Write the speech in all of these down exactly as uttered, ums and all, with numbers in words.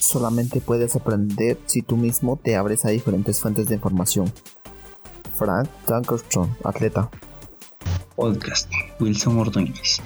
solamente puedes aprender si tú mismo te abres a diferentes fuentes de información. Frank Dunkerstrom, atleta. Podcast, Wilson Ordóñez.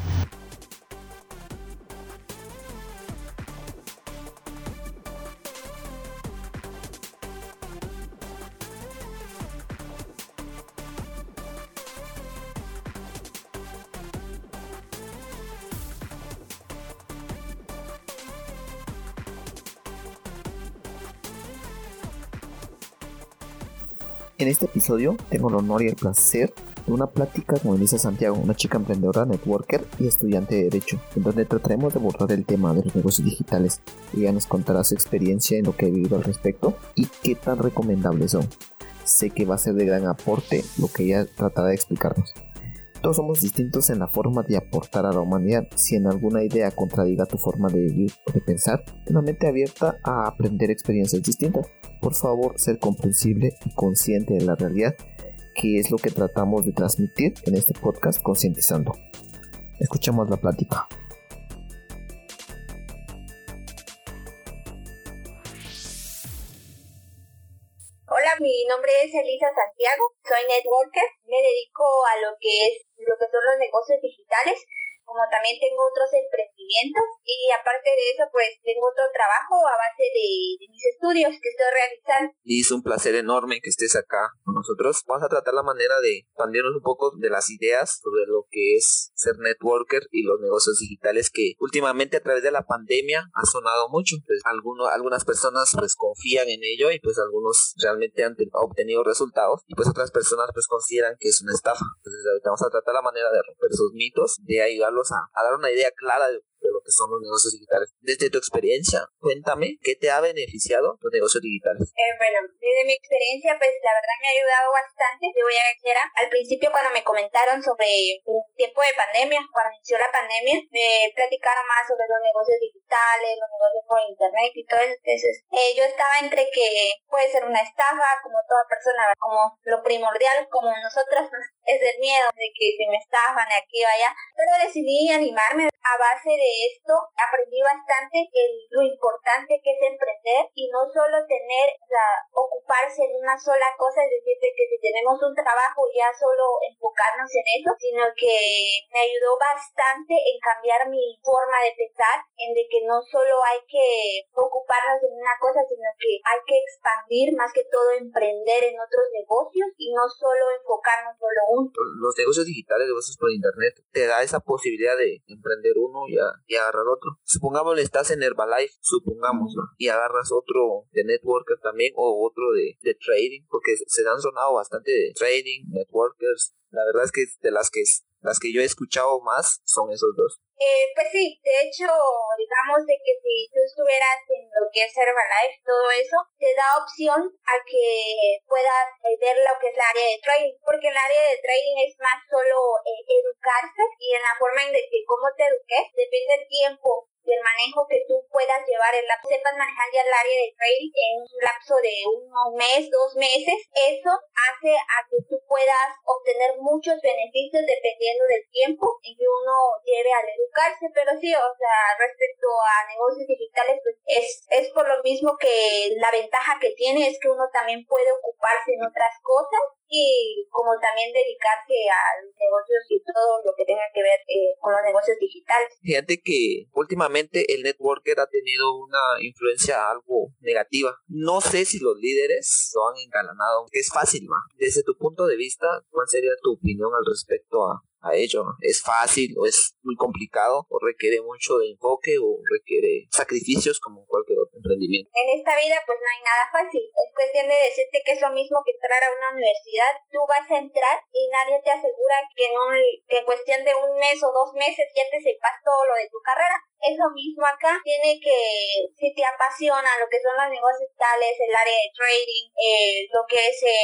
En este episodio tengo el honor y el placer de una plática con Elisa Santiago, una chica emprendedora, networker y estudiante de Derecho, en donde trataremos de abordar el tema de los negocios digitales. Ella nos contará su experiencia en lo que ha vivido al respecto y qué tan recomendables son. Sé que va a ser de gran aporte lo que ella tratará de explicarnos. Todos somos distintos en la forma de aportar a la humanidad. Si en alguna idea contradiga tu forma de vivir o de pensar, una mente abierta a aprender experiencias distintas. Por favor, ser comprensible y consciente de la realidad, que es lo que tratamos de transmitir en este podcast Concientizando. Escuchemos la plática. Hola, mi nombre es Elisa Santiago, soy networker, me dedico a lo que es lo que son los negocios digitales, como también tengo otros emprendimientos y aparte de eso pues tengo otro trabajo a base de, de mis estudios que estoy realizando. Y es un placer enorme que estés acá con nosotros. Vamos a tratar la manera de expandirnos un poco de las ideas sobre lo que es ser networker y los negocios digitales que últimamente a través de la pandemia ha sonado mucho. Pues algunos, algunas personas pues confían en ello y pues algunos realmente han obtenido resultados y pues otras personas pues consideran que es una estafa. Entonces ahorita vamos a tratar la manera de romper esos mitos, de ayudarlos a, a dar una idea clara de, de lo que son los negocios digitales. Desde tu experiencia, cuéntame, ¿qué te ha beneficiado los negocios digitales? Eh, bueno, desde mi experiencia, pues la verdad me ha ayudado bastante. Te voy a decir, al principio cuando me comentaron sobre un tiempo de pandemia, cuando inició la pandemia, me platicaron más sobre los negocios digitales, los negocios por internet y todo eso. Entonces, eh, yo estaba entre que puede ser una estafa, como toda persona, como lo primordial, como nosotras, pues, es el miedo de que si me estafan de aquí o allá, pero decidí animarme. A base de esto aprendí bastante el, lo importante que es emprender y no solo tener, o sea, ocuparse en una sola cosa, es decir, de que si tenemos un trabajo ya solo enfocarnos en eso, sino que me ayudó bastante en cambiar mi forma de pensar, en de que no solo hay que ocuparnos en una cosa, sino que hay que expandir, más que todo emprender en otros negocios y no solo enfocarnos solo en uno. Los negocios digitales, negocios por internet, te da esa posibilidad de emprender uno y, a, y agarrar otro. Supongamos estás en Herbalife, supongamos, ¿no? Y agarras otro de networker también o otro de, de trading, porque se han sonado bastante de trading, networkers. La verdad es que de las que las que yo he escuchado más son esos dos. Eh, pues sí, de hecho, digamos de que si tú estuvieras en lo que es Herbalife, todo eso, te da opción a que puedas eh, ver lo que es el área de trading, porque el área de trading es más solo eh, educarse y en la forma en de que cómo te eduques, depende del tiempo y el manejo que tú puedas llevar, el lapso, sepas manejar ya el área de trading en un lapso de un mes, dos meses, eso hace a que tú puedas obtener muchos beneficios dependiendo del tiempo en que uno lleve al educarse, pero sí, o sea, respecto a negocios digitales, pues es, es por lo mismo que la ventaja que tiene es que uno también puede ocuparse en otras cosas y como también dedicarse a los negocios y todo lo que tenga que ver eh, con los negocios digitales. Fíjate que últimamente el networker ha tenido una influencia algo negativa. No sé si los líderes lo han engalanado, que es fácil, ¿no? Desde tu punto de vista, ¿cuál sería tu opinión al respecto a, a ello? ¿Es fácil o es muy complicado o requiere mucho de enfoque o requiere sacrificios como cualquier otro emprendimiento? En esta vida pues no hay nada fácil, es cuestión de decirte que es lo mismo que entrar a una universidad. Tú vas a entrar y nadie te asegura que en, un, que en cuestión de un mes o dos meses ya te sepas todo lo de tu carrera. Es lo mismo acá, tiene que, si te apasiona lo que son los negocios digitales, el área de trading, eh, lo que es eh,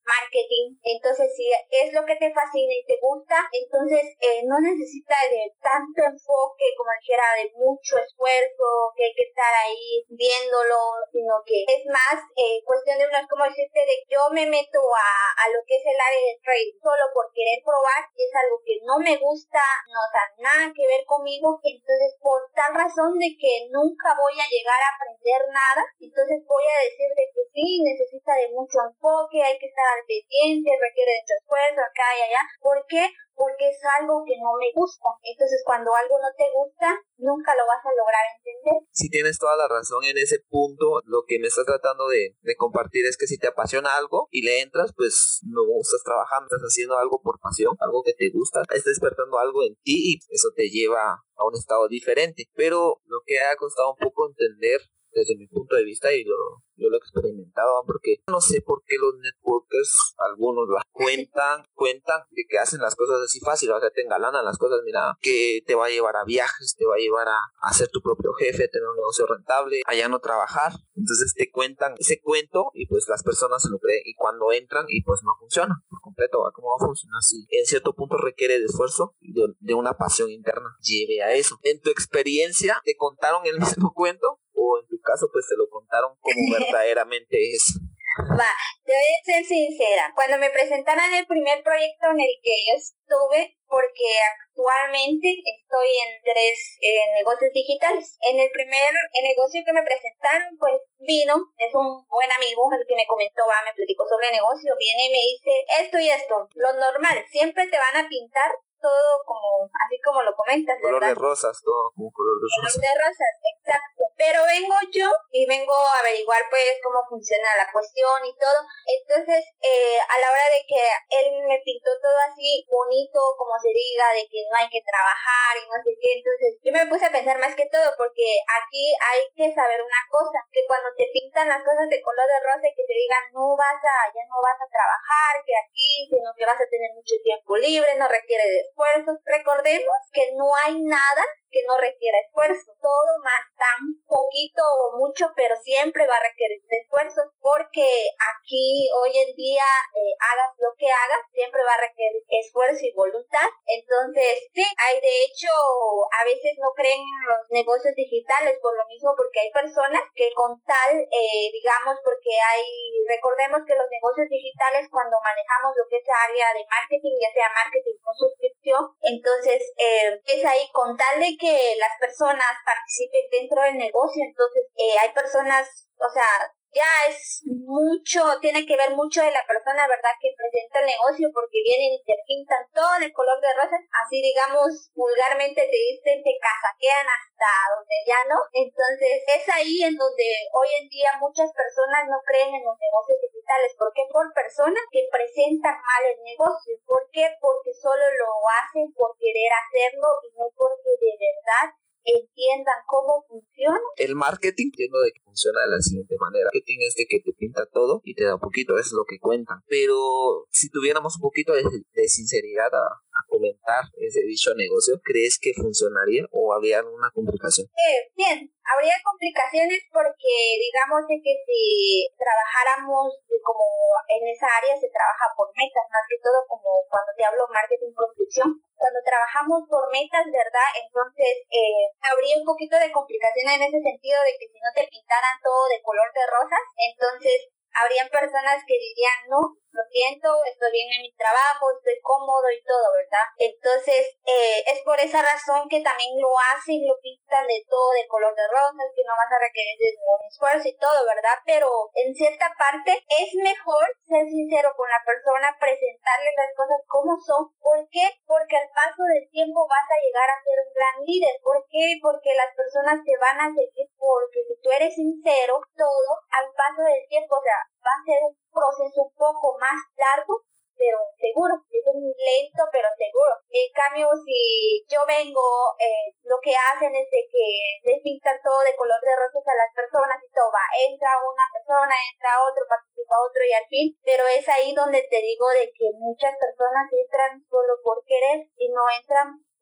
marketing. Entonces, si es lo que te fascina y te gusta, entonces eh, no necesita de tanto enfoque, como dijera, de mucho esfuerzo, que hay que estar ahí viéndolo, sino que es más eh, cuestión de uno, es como decirte, de yo me meto a, a lo que es el área de trading solo por querer probar, y es algo que no me gusta, no tiene nada que ver conmigo, entonces por tal razón de que nunca voy a llegar a aprender nada, entonces voy a decir de que sí, necesita de mucho enfoque, hay que estar al pendiente, requiere de mucho esfuerzo, acá y allá. ¿Por qué? Porque es algo que no me gusta. Entonces, cuando algo no te gusta, nunca lo vas a lograr entender. Sí, tienes toda la razón en ese punto. Lo que me estás tratando de, de compartir es que si te apasiona algo y le entras, pues no estás trabajando, estás haciendo algo por pasión, algo que te gusta, estás despertando algo en ti y eso te lleva a un estado diferente. Pero lo que ha costado un poco entender desde mi punto de vista, y lo, yo lo he experimentado, porque no sé por qué los networkers, algunos las cuentan, cuentan de que hacen las cosas así fácil, o sea, te engalanan las cosas, mira, que te va a llevar a viajes, te va a llevar a, a ser tu propio jefe, tener un negocio rentable, allá no trabajar. Entonces te cuentan ese cuento y pues las personas se lo creen, y cuando entran y pues no funciona por completo. ¿Cómo va a funcionar si en cierto punto requiere de esfuerzo y de, de una pasión interna? Lleve a eso. En tu experiencia, ¿te contaron el mismo cuento? O en tu caso, pues te lo contaron como verdaderamente es. Va, te voy a ser sincera. Cuando me presentaron el primer proyecto en el que yo estuve, porque actualmente estoy en tres eh, negocios digitales. En el primer el negocio que me presentaron, pues vino, es un buen amigo el que me comentó, va, me platicó sobre el negocio, viene y me dice esto y esto. Lo normal, siempre te van a pintar todo como, así como lo comentas, color ¿verdad? de rosas, todo como color de rosas. Color de rosas, exacto. Pero vengo yo y vengo a averiguar pues cómo funciona la cuestión y todo. Entonces, eh, a la hora de que él me pintó todo así bonito, como se diga, de que no hay que trabajar y no sé qué, entonces yo me puse a pensar más que todo, porque aquí hay que saber una cosa, que cuando te pintan las cosas de color de rosa y que te digan no vas a, ya no vas a trabajar, que aquí, sino que vas a tener mucho tiempo libre, no requiere de esfuerzos. Recordemos que no hay nada que no requiera esfuerzo, todo más tan poquito o mucho, pero siempre va a requerir de esfuerzos, porque aquí hoy en día eh, hagas lo que hagas, siempre va a requerir esfuerzo y voluntad. Entonces, sí, hay de hecho, a veces no creen en los negocios digitales por lo mismo, porque hay personas que con tal, eh, digamos, porque hay, recordemos que los negocios digitales, cuando manejamos lo que es área de marketing, ya sea marketing o suscripción, entonces eh, es ahí con tal de que que las personas participen dentro del negocio. Entonces eh, hay personas, o sea, ya es mucho, tiene que ver mucho de la persona, ¿verdad?, que presenta el negocio, porque vienen y te pintan todo de color de rosas, así digamos, vulgarmente te dicen, te casaquean hasta donde ya no. Entonces es ahí en donde hoy en día muchas personas no creen en los negocios digitales. ¿Por qué? Por personas que presentan mal el negocio. ¿Por qué? Porque solo lo hacen por querer hacerlo y no porque de verdad entiendan cómo funciona. El marketing, entiendo de que funciona de la siguiente manera. El marketing es de que te pinta todo y te da un poquito, eso es lo que cuentan. Pero si tuviéramos un poquito de, de sinceridad a, a comentar ese dicho negocio, ¿crees que funcionaría o habría alguna complicación? Eh, bien, habría complicaciones porque digamos de que si trabajáramos como en esa área se trabaja por metas, más que todo como cuando te hablo marketing proscripción, cuando trabajamos por metas, ¿verdad? Entonces eh, habría un poquito de complicación en ese sentido de que si no te pintaran todo de color de rosas, entonces habrían personas que dirían, no, lo siento, estoy bien en mi trabajo, estoy cómodo y todo, ¿verdad? Entonces, eh, es por esa razón que también lo hacen, lo pintan de todo de color de rosas, que no vas a requerir de ningún esfuerzo y todo, ¿verdad? Pero en cierta parte es mejor ser sincero con la persona, presentarle las cosas como son. ¿Por qué? Porque al paso del tiempo vas a llegar a ser un gran líder. ¿Por qué? Porque las personas te van a seguir, porque si tú eres sincero, todo al paso del tiempo, o sea, va a ser un proceso un poco más largo, pero seguro. Es un lento, pero seguro. En cambio, si yo vengo, eh, lo que hacen es de que les pintan todo de color de rosas a las personas y todo va. Entra una persona, entra otro, participa otro y al fin. Pero es ahí donde te digo de que muchas personas entran solo por querer y no entran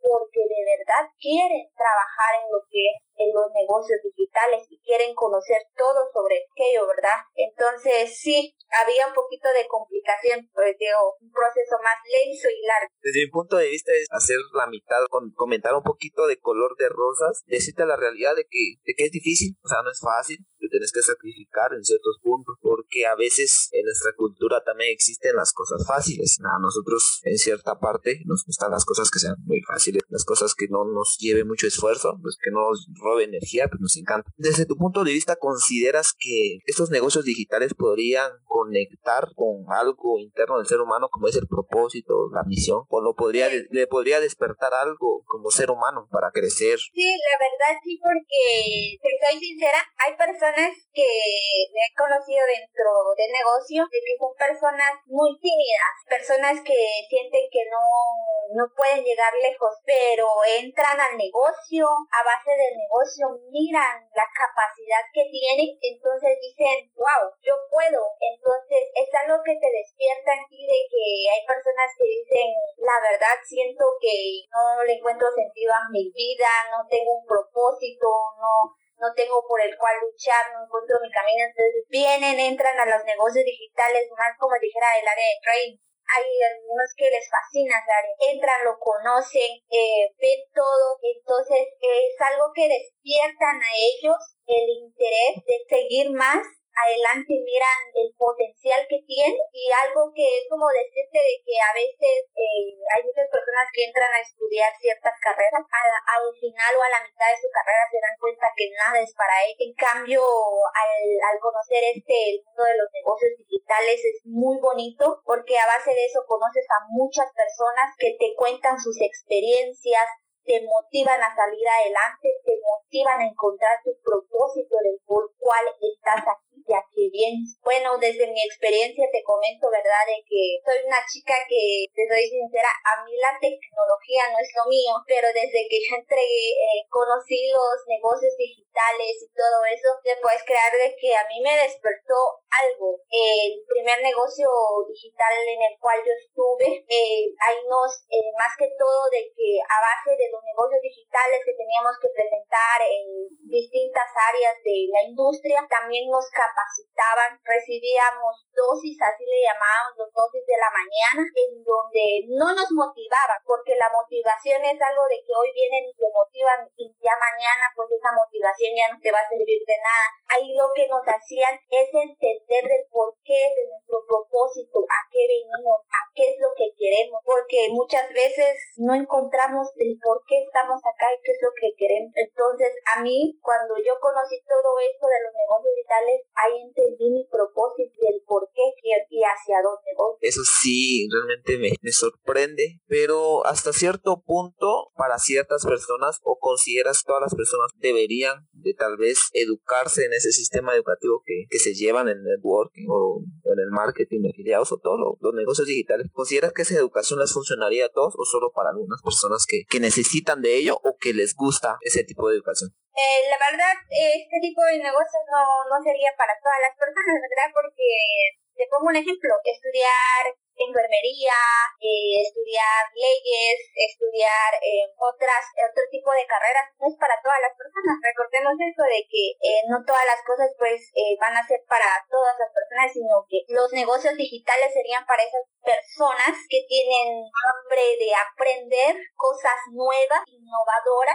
porque de verdad quieren trabajar en lo que es en los negocios digitales y quieren conocer todo sobre aquello, ¿verdad? Entonces sí, había un poquito de complicación, pues digo, un proceso más lento y largo. Desde mi punto de vista es hacer la mitad, con, comentar un poquito de color de rosas, decirte la realidad de que, de que es difícil, o sea, no es fácil, te tienes que sacrificar en ciertos puntos, porque a veces en nuestra cultura también existen las cosas fáciles. A nosotros en cierta parte nos gustan las cosas que sean muy fáciles, las cosas que no nos lleven mucho esfuerzo, pues que no nos robe energía, pues nos encanta. Desde tu punto de vista, ¿consideras que estos negocios digitales podrían conectar con algo interno del ser humano, como es el propósito, la misión, o lo podría, le podría despertar algo como ser humano para crecer? Sí, la verdad sí, porque te soy sincera, hay personas que he conocido dentro del negocio de que son personas muy tímidas, personas que sienten que no, no pueden llegar lejos, pero entran al negocio, a base del negocio miran la capacidad que tienen, entonces dicen, wow, yo puedo. Entonces es algo que te despierta en ti, de que hay personas que dicen, la verdad siento que no le encuentro sentido a mi vida, no tengo un propósito, no no tengo por el cual luchar, no encuentro mi camino. Entonces vienen, entran a los negocios digitales, más como dijera el área de trading. Hay algunos que les fascina, ¿sabes? Entran, lo conocen, eh, ven todo, entonces es algo que despiertan a ellos el interés de seguir más adelante, miran el potencial que tienen, y algo que es como decirte de que a veces eh, hay muchas personas que entran a estudiar ciertas carreras, a, al final o a la mitad de su carrera se dan cuenta que nada es para ellos. En cambio, al, al conocer este el mundo de los negocios digitales es muy bonito, porque a base de eso conoces a muchas personas que te cuentan sus experiencias, te motivan a salir adelante, te motivan a encontrar tu propósito del por cual estás aquí. Ya que bien, bueno, desde mi experiencia te comento, ¿verdad?, de que soy una chica que, te soy sincera, a mí la tecnología no es lo mío, pero desde que yo entré, eh, conocí los negocios digitales y todo eso, te puedes creer de que a mí me despertó algo. El primer negocio digital en el cual yo estuve, eh, ahí nos, eh, más que todo de que a base de los negocios digitales que teníamos que presentar en distintas áreas de la industria, también nos capacitaban, recibíamos dosis, así le llamábamos, los dosis de la mañana, en donde no nos motivaban, porque la motivación es algo de que hoy vienen y te motivan y ya mañana pues esa motivación ya no te va a servir de nada. Ahí lo que nos hacían es entender del porqué de nuestro propósito, a qué venimos, a qué es lo que queremos, porque muchas veces no encontramos el por qué estamos acá y qué es lo que queremos. Entonces a mí, cuando yo conocí todo esto de los negocios digitales, ahí entendí mi propósito, el por qué y hacia dónde voy. Eso sí, realmente me, me sorprende, pero hasta cierto punto, para ciertas personas, o consideras todas las personas deberían de tal vez educarse en ese sistema educativo que, que se llevan en el networking o en el marketing de afiliados o todos lo, los negocios digitales. ¿Consideras que esa educación les funcionaría a todos o solo para algunas personas que, que necesitan de ello o que les gusta ese tipo de educación? Eh, la verdad, este tipo de negocios no, no sería para todas las personas, ¿verdad? Porque te pongo un ejemplo, estudiar enfermería, eh, estudiar leyes, estudiar eh, otras otro tipo de carreras no es para todas las personas. Recordemos eso de que eh, no todas las cosas pues eh, van a ser para todas las personas, sino que los negocios digitales serían para esas personas que tienen hambre de aprender cosas nuevas, innovadoras,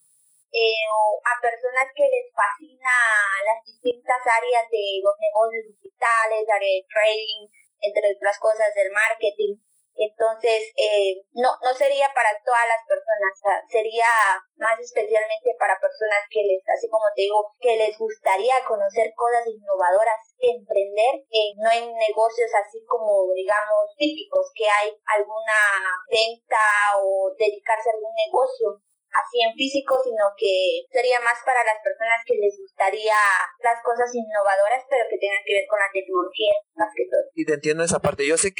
Eh, o a personas que les fascina las distintas áreas de los negocios digitales, área de trading, entre otras cosas del marketing. Entonces, eh, no no sería para todas las personas, o sea, sería más especialmente para personas que les, así como te digo, que les gustaría conocer cosas innovadoras, emprender, eh, no en negocios así como, digamos, típicos, que hay alguna venta o dedicarse a algún negocio así en físico, sino que sería más para las personas que les gustaría las cosas innovadoras, pero que tengan que ver con la tecnología, más que todo. Y te entiendo esa parte. Yo sé que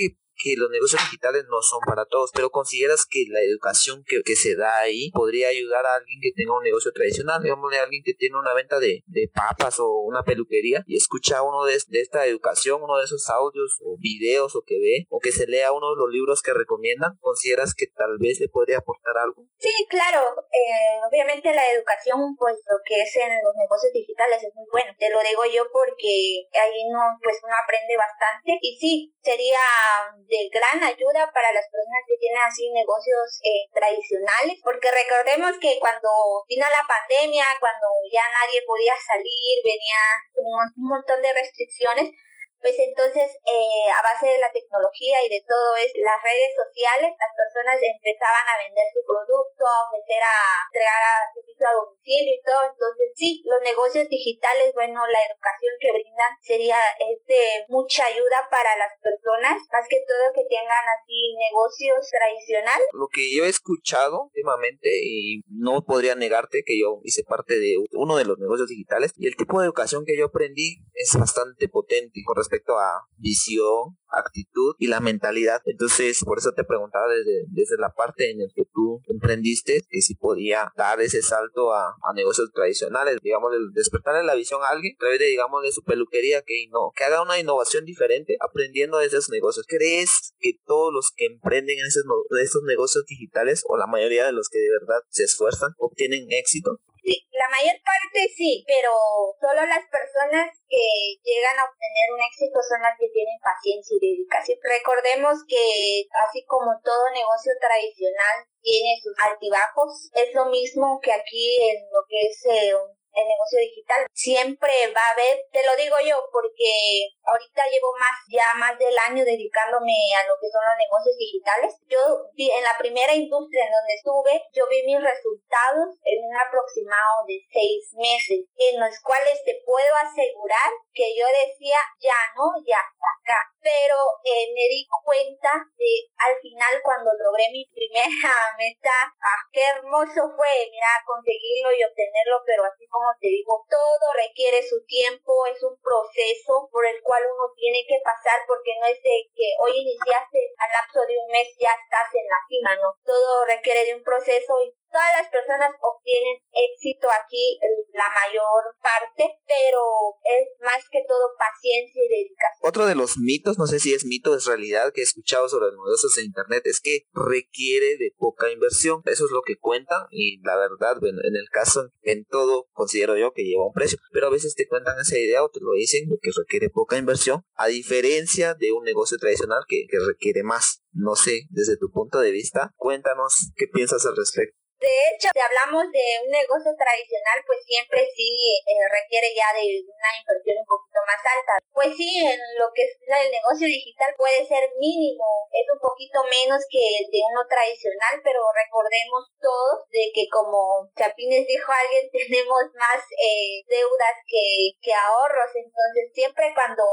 que los negocios digitales no son para todos, pero consideras que la educación que, que se da ahí podría ayudar a alguien que tenga un negocio tradicional, digamos, a alguien que tiene una venta de, de papas o una peluquería y escucha uno de, de esta educación, uno de esos audios o videos o que ve, o que se lea uno de los libros que recomiendan, ¿consideras que tal vez le podría aportar algo? Sí, claro, eh, obviamente la educación, pues lo que es en los negocios digitales es muy bueno, te lo digo yo porque ahí no, pues uno aprende bastante y sí, sería de gran ayuda para las personas que tienen así negocios eh, tradicionales, porque recordemos que cuando vino la pandemia, cuando ya nadie podía salir, venía un, un montón de restricciones, pues entonces eh, a base de la tecnología y de todo es las redes sociales, las personas empezaban a vender su producto, a ofrecer a entregar a servicio a domicilio y todo. Entonces sí, los negocios digitales, bueno, la educación que brindan sería es de mucha ayuda para las personas, más que todo que tengan así negocios tradicionales. Lo que yo he escuchado últimamente, y no podría negarte que yo hice parte de uno de los negocios digitales, y el tipo de educación que yo aprendí es bastante potente con respecto respecto a visión, actitud y la mentalidad. Entonces, por eso te preguntaba desde, desde la parte en la que tú emprendiste, que si podía dar ese salto a, a negocios tradicionales, digamos, despertarle la visión a alguien a través de, digamos, de su peluquería, que, no, que haga una innovación diferente aprendiendo de esos negocios. ¿Crees que todos los que emprenden en esos, esos negocios digitales, o la mayoría de los que de verdad se esfuerzan, obtienen éxito? Sí, la mayor parte sí, pero solo las personas que llegan a obtener un éxito son las que tienen paciencia y dedicación. Recordemos que así como todo negocio tradicional tiene sus altibajos, es lo mismo que aquí en lo que es eh, el negocio digital. Siempre va a haber, te lo digo yo, porque ahorita llevo más, ya más del año dedicándome a lo que son los negocios digitales. Yo vi en la primera industria en donde estuve, yo vi mis resultados en un aproximado de seis meses, en los cuales te puedo asegurar que yo decía, ya no, ya está acá. Pero eh, me di cuenta de, al final, cuando logré mi primera meta, ah, qué hermoso fue, mira, conseguirlo y obtenerlo, pero así como te digo, todo requiere su tiempo, es un proceso por el cual uno tiene que pasar, porque no es de que hoy iniciaste, al lapso de un mes ya estás en la cima, no, todo requiere de un proceso y todas las personas obtienen éxito aquí, la mayor parte, pero es más que todo paciencia y dedicación. Otro de los mitos, no sé si es mito o es realidad, que he escuchado sobre los negocios en internet es que requiere de poca inversión. Eso es lo que cuentan y la verdad, bueno, en el caso, en todo, considero yo que lleva un precio, pero a veces te cuentan esa idea o te lo dicen de que requiere poca inversión, a diferencia de un negocio tradicional que, que requiere más. No sé, desde tu punto de vista, cuéntanos qué piensas al respecto. De hecho, si hablamos de un negocio tradicional, pues siempre sí eh, requiere ya de una inversión un poquito más alta. Pues sí, en lo que es el negocio digital puede ser mínimo, es un poquito menos que el de uno tradicional, pero recordemos todos de que, como Chapines dijo alguien, tenemos más eh, deudas que, que ahorros. Entonces siempre cuando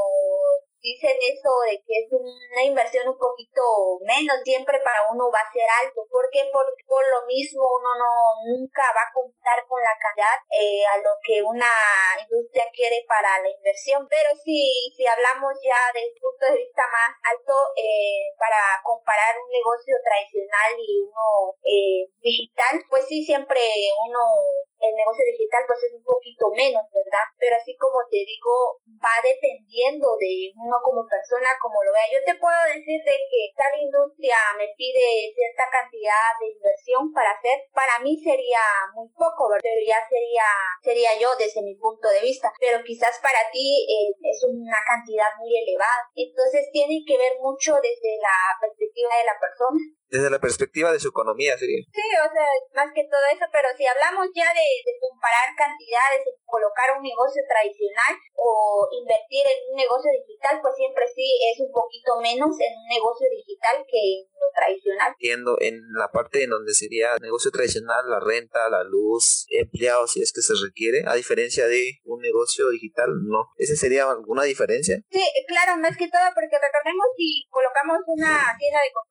dicen eso de que es una inversión un poquito menos, siempre para uno va a ser alto, porque por, por lo mismo uno no nunca va a contar con la calidad eh, a lo que una industria quiere para la inversión. Pero si, si hablamos ya desde el punto de vista más alto, eh, para comparar un negocio tradicional y uno eh, digital, pues sí, siempre uno, el negocio digital pues es un poquito menos, ¿verdad? Pero así como te digo, va dependiendo de uno como persona, como lo vea. Yo te puedo decir de que tal industria me pide cierta cantidad de inversión para hacer, para mí sería muy poco, ¿verdad? Pero ya sería, sería yo desde mi punto de vista. Pero quizás para ti eh, es una cantidad muy elevada. Entonces tiene que ver mucho desde la perspectiva de la persona. Desde la perspectiva de su economía, sería. Sí, o sea, más que todo eso, pero si hablamos ya de, de comparar cantidades, de colocar un negocio tradicional o invertir en un negocio digital, pues siempre sí es un poquito menos en un negocio digital que en lo tradicional. Entiendo, en la parte en donde sería negocio tradicional, la renta, la luz, empleados, si es que se requiere, a diferencia de un negocio digital, no. ¿Esa sería alguna diferencia? Sí, claro, más que todo porque recordemos, si colocamos una tienda de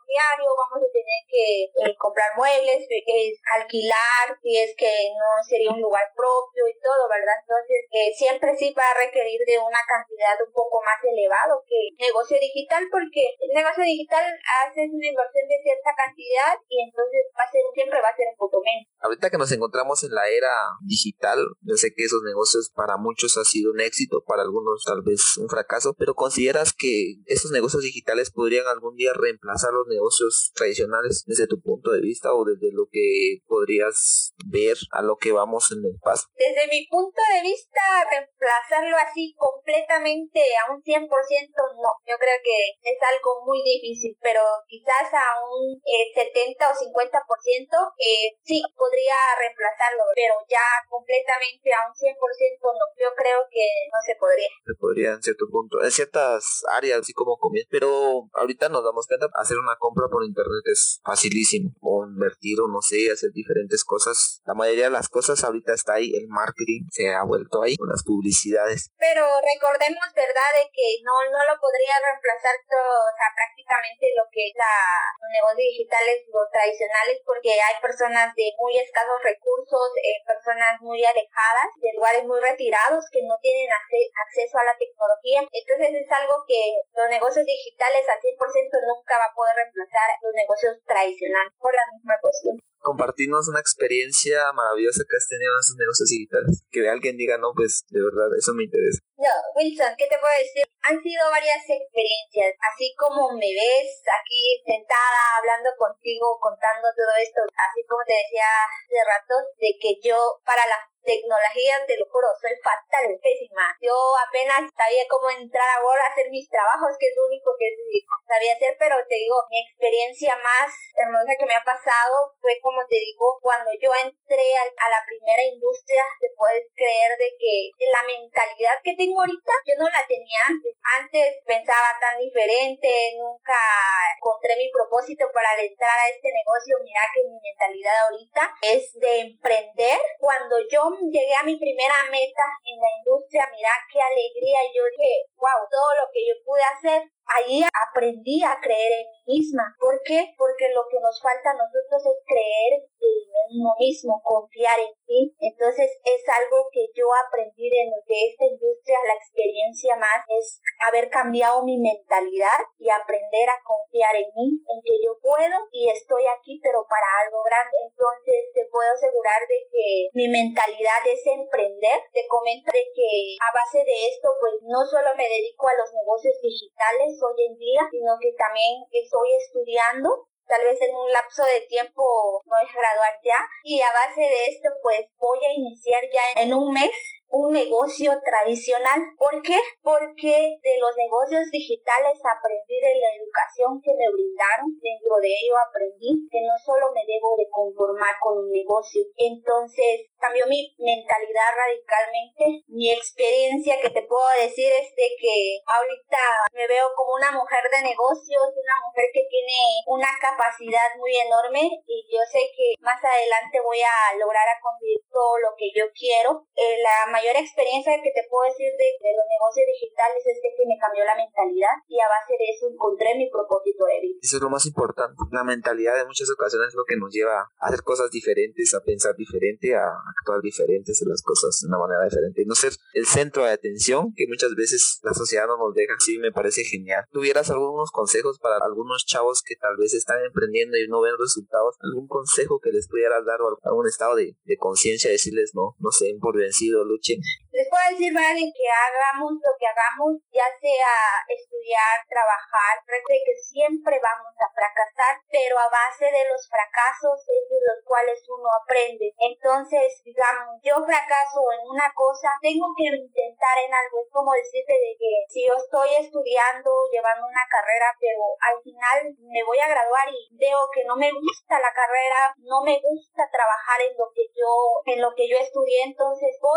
diario, vamos a tener que eh, comprar muebles, eh, alquilar, si es que no sería un lugar propio y todo, ¿verdad? Entonces, eh, siempre sí va a requerir de una cantidad un poco más elevado que el negocio digital, porque el negocio digital hace una inversión de cierta cantidad y entonces va a ser, siempre va a ser un poco menos. Ahorita que nos encontramos en la era digital, yo sé que esos negocios para muchos ha sido un éxito, para algunos tal vez un fracaso, pero ¿consideras que esos negocios digitales podrían algún día reemplazar los negocios tradicionales desde tu punto de vista o desde lo que podrías ver a lo que vamos en el paso? Desde mi punto de vista, reemplazarlo así completamente a un cien por ciento no. Yo creo que es algo muy difícil, pero quizás a un eh, setenta o cincuenta por ciento eh, sí podría reemplazarlo, pero ya completamente a un cien por ciento no. Yo creo que no se podría. Se podría en cierto punto, en ciertas áreas, así como comienza, pero ahorita nos damos cuenta, hacer una compra por internet es facilísimo, o invertir o no sé, hacer diferentes cosas. La mayoría de las cosas ahorita está ahí, el marketing se ha vuelto ahí con las publicidades. Pero recordemos, ¿verdad?, de que no, no lo podría reemplazar todo, o sea, prácticamente lo que es la, los negocios digitales, los tradicionales, porque hay personas de muy escasos recursos, eh, personas muy alejadas, de lugares muy retirados que no tienen ac- acceso a la tecnología. Entonces es algo que los negocios digitales al cien por ciento nunca va a poder reemplazar los negocios tradicionales por la misma cuestión. Compartirnos una experiencia maravillosa que has tenido en esos negocios digitales. Que alguien diga, no, pues de verdad, eso me interesa. No, Wilson, ¿qué te puedo decir? Han sido varias experiencias, así como me ves aquí sentada hablando contigo, contando todo esto, así como te decía hace rato, de que yo para la tecnología, te lo juro, soy fatal, pésima. Yo apenas sabía cómo entrar ahora a hacer mis trabajos, que es lo único que sabía hacer, pero te digo, mi experiencia más hermosa que me ha pasado fue, como te digo, cuando yo entré a, a la primera industria. Te puedes creer de que la mentalidad que tengo ahorita, yo no la tenía antes. Antes pensaba tan diferente, nunca encontré mi propósito para entrar a este negocio. Mira que mi mentalidad ahorita es de emprender. Cuando yo llegué a mi primera meta en la industria, mira qué alegría, yo dije, wow, todo lo que yo pude hacer. Ahí aprendí a creer en mí misma. ¿Por qué? Porque lo que nos falta a nosotros es creer en uno mismo, confiar en ti. Entonces es algo que yo aprendí de, de esta industria. La experiencia más es haber cambiado mi mentalidad y aprender a confiar en mí, en que yo puedo y estoy aquí, pero para algo grande. Entonces te puedo asegurar de que mi mentalidad es emprender. Te comento de que a base de esto, pues no solo me dedico a los negocios digitales hoy en día, sino que también estoy estudiando. Tal vez en un lapso de tiempo me voy a graduar ya, y a base de esto pues voy a iniciar ya en un mes un negocio tradicional. ¿Por qué? Porque de los negocios digitales aprendí de la educación que me brindaron. Dentro de ello aprendí que no solo me debo de conformar con un negocio. Entonces cambió mi mentalidad radicalmente. Mi experiencia que te puedo decir es de que ahorita me veo como una mujer de negocios, una mujer que tiene una capacidad muy enorme, y yo sé que más adelante voy a lograr a conseguir todo lo que yo quiero. Eh, la mayor experiencia que te puedo decir de, de los negocios digitales es que me cambió la mentalidad, y a base de eso encontré mi propósito de vida. Eso es lo más importante. La mentalidad en muchas ocasiones es lo que nos lleva a hacer cosas diferentes, a pensar diferente, a actuar diferentes, hacer las cosas de una manera diferente, y no ser el centro de atención que muchas veces la sociedad no nos deja. Sí, me parece genial. ¿Tuvieras algunos consejos para algunos chavos que tal vez están emprendiendo y no ven resultados? ¿Algún consejo que les pudieras dar, o algún estado de, de conciencia, decirles no, no se den por vencido, luchen? Les puedo decir, ¿vale?, que hagamos lo que hagamos, ya sea estudiar, trabajar, recuerden que siempre vamos a fracasar, pero a base de los fracasos es de los cuales uno aprende. Entonces, digamos, yo fracaso en una cosa, tengo que intentar en algo. Es como decirte de que si yo estoy estudiando, llevando una carrera, pero al final me voy a graduar y veo que no me gusta la carrera, no me gusta trabajar en lo que yo, en lo que yo estudié, entonces voy y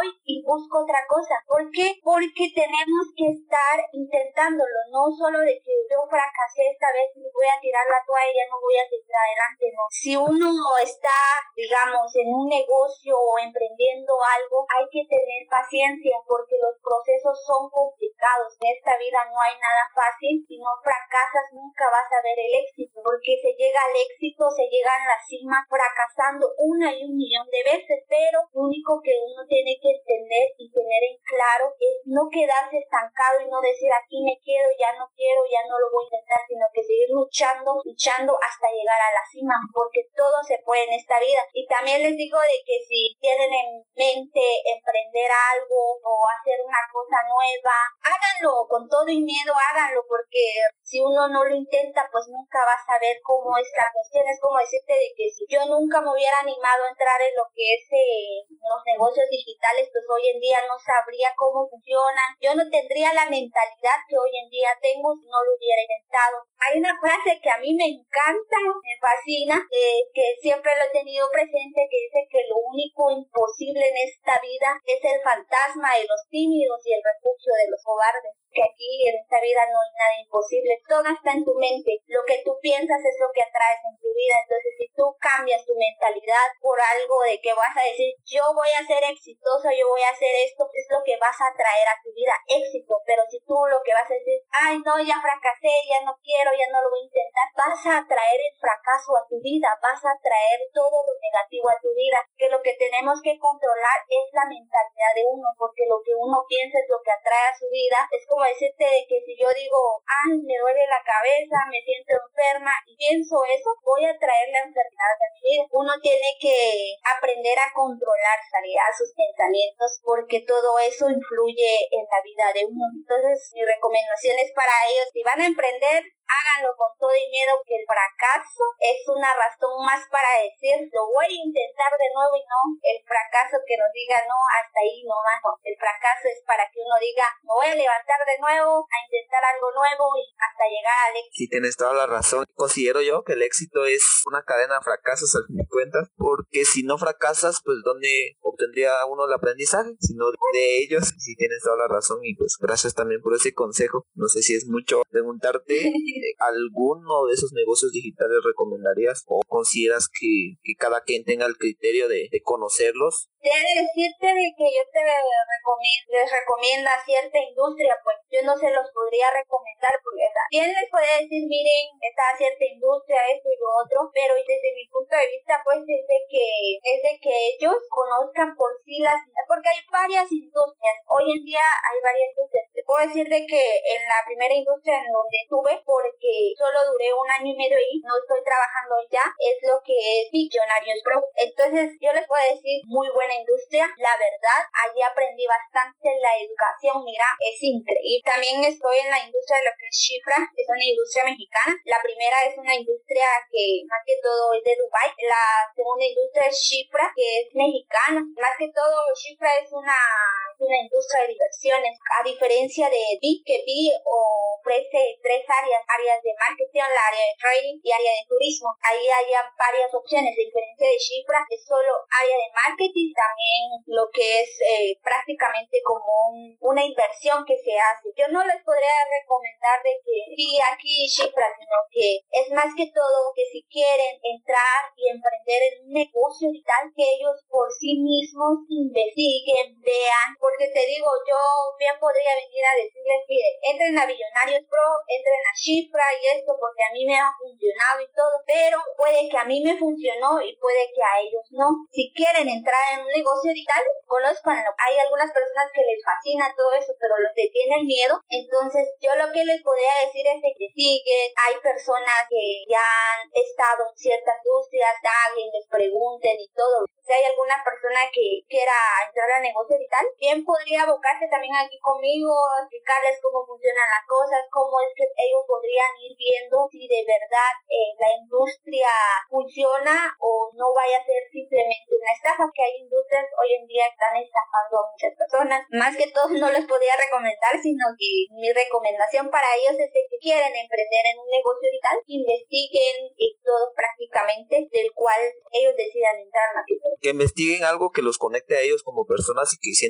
y busco otra cosa. ¿Por qué? Porque tenemos que estar intentándolo, no solo de que yo fracasé esta vez y voy a tirar la toalla y ya no voy a seguir adelante, no. Si uno está, digamos, en un negocio o emprendiendo algo, hay que tener paciencia porque los procesos son complicados. En esta vida no hay nada fácil. Si no fracasas nunca vas a ver el éxito, porque se llega al éxito, se llega a la cima fracasando una y un millón de veces, pero lo único que uno tiene que entender y tener en claro es no quedarse estancado y no decir aquí me quedo, ya no quiero, ya no lo voy a intentar, sino que seguir luchando, luchando hasta llegar a la cima, porque todo se puede en esta vida. Y también les digo de que si tienen en mente emprender algo o hacer una cosa nueva, háganlo con todo y miedo, háganlo, porque si uno no lo intenta, pues nunca vas a ver cómo es la cuestión. Es como decirte de que si yo nunca me hubiera animado a entrar en lo que es eh, los negocios digitales, pues hoy en día no sabría cómo funcionan. Yo no tendría la mentalidad que hoy en día tengo si no lo hubiera intentado. Hay una frase que a mí me encanta, me fascina, eh, que siempre lo he tenido presente, que dice que lo único imposible en esta vida es el fantasma de los tímidos y el refugio de los cobardes. Que aquí en esta vida no hay nada imposible, todo está en tu mente, lo que tú piensas es lo que atraes en tu vida. Entonces si tú cambias tu mentalidad por algo de que vas a decir yo voy a ser exitoso, yo voy a hacer esto, es lo que vas a atraer a tu vida, éxito. Pero si tú lo que vas a decir, ay no, ya fracasé, ya no quiero, ya no lo voy a intentar, vas a atraer el fracaso a tu vida, vas a atraer todo lo negativo a tu vida. Que lo que tenemos que controlar es la mentalidad de uno, porque lo que uno piensa es lo que atrae a su vida. Es como decirte de que si yo digo, ay, me duele la cabeza, me siento enferma, y pienso eso, voy a traer la enfermedad a mi vida. Uno tiene que aprender a controlar, salir a sus pensamientos, porque todo eso influye en la vida de uno. Entonces, mi recomendación es para ellos, si van a emprender, háganlo con todo y miedo, que el fracaso es una razón más para decir, lo voy a intentar de nuevo, y no el fracaso que nos diga, no, hasta ahí nomás. No, el fracaso es para que uno diga, me voy a levantar de nuevo, a intentar algo nuevo y hasta llegar al éxito. Sí, tienes toda la razón. Considero yo que el éxito es una cadena de fracasos al fin de cuentas, porque si no fracasas, pues ¿dónde obtendría uno el aprendizaje? Si no de ellos. Sí, tienes toda la razón, y pues gracias también por ese consejo. No sé si es mucho preguntarte, ¿alguno de esos negocios digitales recomendarías o consideras que, que cada quien tenga el criterio de, de conocerlos? Debe decirte de que yo te recomiendo, les recomienda cierta industria, pues yo no se los podría recomendar, porque bien les podría decir, miren, está cierta industria, esto y lo otro, pero desde mi punto de vista, pues es de que, es de que ellos conozcan por sí las, porque hay varias industrias, hoy en día hay varias industrias. Te puedo decir de que en la primera industria en donde estuve, porque solo duré un año y medio ahí, no estoy trabajando ya, es lo que es Millonarios Pro. Entonces yo les puedo decir, muy buena industria, la verdad, allí aprendí bastante. La educación, mira, es increíble. También estoy en la industria de lo que es Cifra, es una industria mexicana. La primera es una industria que más que todo es de Dubái. La segunda industria es Cifra, que es mexicana. Más que todo, Cifra es una, una industria de diversiones, a diferencia de Bit, que Bit ofrece tres áreas, áreas de marketing, la área de trading y área de turismo. Ahí hay varias opciones. A diferencia de Cifra, es solo área de marketing, también lo que es eh, prácticamente como un, una inversión que se hace. Yo no les podría recomendar de que sí, aquí Cifra, sino que es más que todo que si quieren entrar y emprender en un negocio y tal, que ellos por sí mismos investiguen, vean, porque te digo, yo bien podría venir a decirles que entren a Millonarios Pro, entren a Cifra y esto, porque a mí me ha funcionado y todo, pero puede que a mí me funcionó y puede que a ellos no. Si quieren entrar en un negocio digital, conozcanlo. Hay algunas personas que les fascina todo eso, pero los detiene el miedo. Entonces yo lo que les podría decir es de que siguen, hay personas que ya han estado en ciertas industrias, alguien les pregunten y todo. Si hay alguna persona que quiera entrar al negocio digital, bien podría abocarse también aquí conmigo, explicarles cómo funcionan las cosas, cómo es que ellos podrían ir viendo si de verdad eh, la industria funciona o no vaya a ser simplemente una estafa, que hay industrias hoy en día que están estafando a muchas personas. Más que todo no les podría recomendar, sino que mi recomendación para ellos es de que quieren emprender en un negocio digital, investiguen y todo prácticamente del cual ellos decidan entrar en la situación. Que investiguen algo que los conecte a ellos como personas y que sientan que,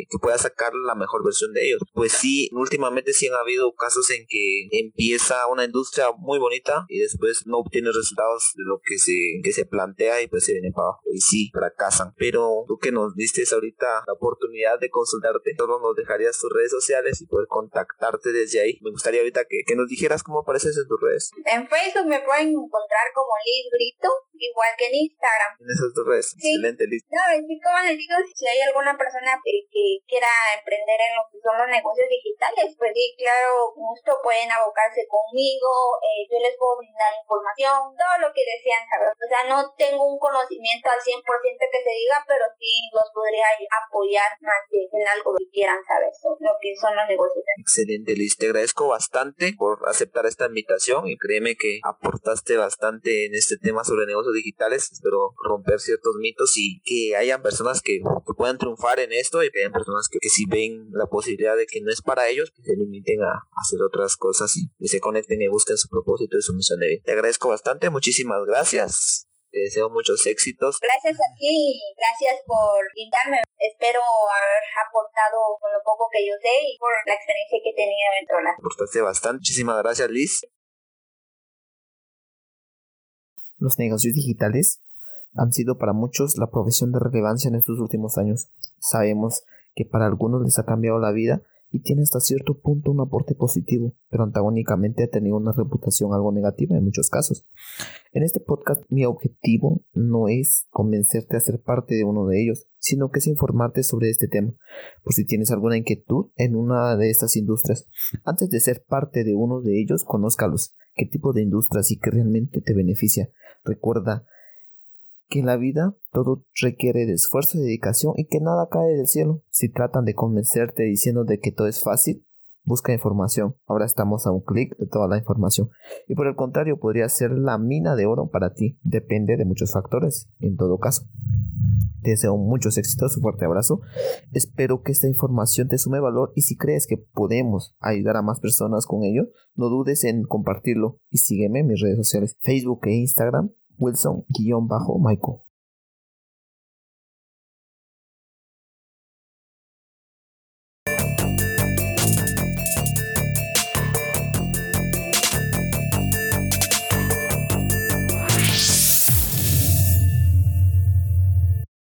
que pueda sacar la mejor versión de ellos. Pues sí, últimamente sí han habido casos en que empieza una industria muy bonita y después no obtiene resultados de lo que se, que se plantea y pues se viene para abajo y sí, fracasan. Pero tú que nos diste ahorita la oportunidad de consultarte, solo nos dejarías tus redes sociales y poder contactarte desde ahí. Me gustaría ahorita que, que nos dijeras cómo apareces en tus redes. En Facebook me pueden encontrar como Liz Brito, igual que en Instagram. En esas dos redes. Sí. Excelente, Liz. No, sí, como les digo, si hay alguna persona que, que quiera emprender en lo que son los negocios digitales, pues sí, claro, gusto pueden abocarse conmigo, eh, yo les puedo brindar información, todo lo que desean saber. O sea, no tengo un conocimiento al cien por ciento que se diga, pero sí los podría apoyar más en algo que quieran saber sobre lo que son los negocios. Excelente, Liz. Te agradezco bastante por aceptar esta invitación y créeme que aportaste bastante en este tema sobre negocios digitales. Espero romper ciertos mitos y que hayan personas que, que puedan triunfar en esto y que hayan personas que, que si ven la posibilidad de que no es para ellos, que se limiten a hacer otras cosas y, y se conecten y busquen su propósito y su misión de vida. Te agradezco bastante, muchísimas gracias. Te deseo muchos éxitos. Gracias a ti y gracias por invitarme. Espero haber aportado con lo poco que yo sé y por la experiencia que he tenido dentro de la... Aportaste bastante. Muchísimas gracias, Liz. Los negocios digitales han sido para muchos la profesión de relevancia en estos últimos años. Sabemos que para algunos les ha cambiado la vida y tiene hasta cierto punto un aporte positivo, pero antagónicamente ha tenido una reputación algo negativa en muchos casos. En este podcast mi objetivo no es convencerte a ser parte de uno de ellos, sino que es informarte sobre este tema, por si tienes alguna inquietud en una de estas industrias. Antes de ser parte de uno de ellos, conózcalos, qué tipo de industrias y qué realmente te beneficia. Recuerda que en la vida todo requiere de esfuerzo y dedicación y que nada cae del cielo. Si tratan de convencerte diciendo de que todo es fácil, busca información. Ahora estamos a un clic de toda la información. Y por el contrario, podría ser la mina de oro para ti. Depende de muchos factores, en todo caso. Te deseo muchos éxitos, un fuerte abrazo. Espero que esta información te sume valor y si crees que podemos ayudar a más personas con ello, no dudes en compartirlo y sígueme en mis redes sociales, Facebook e Instagram, Wilson-Michael.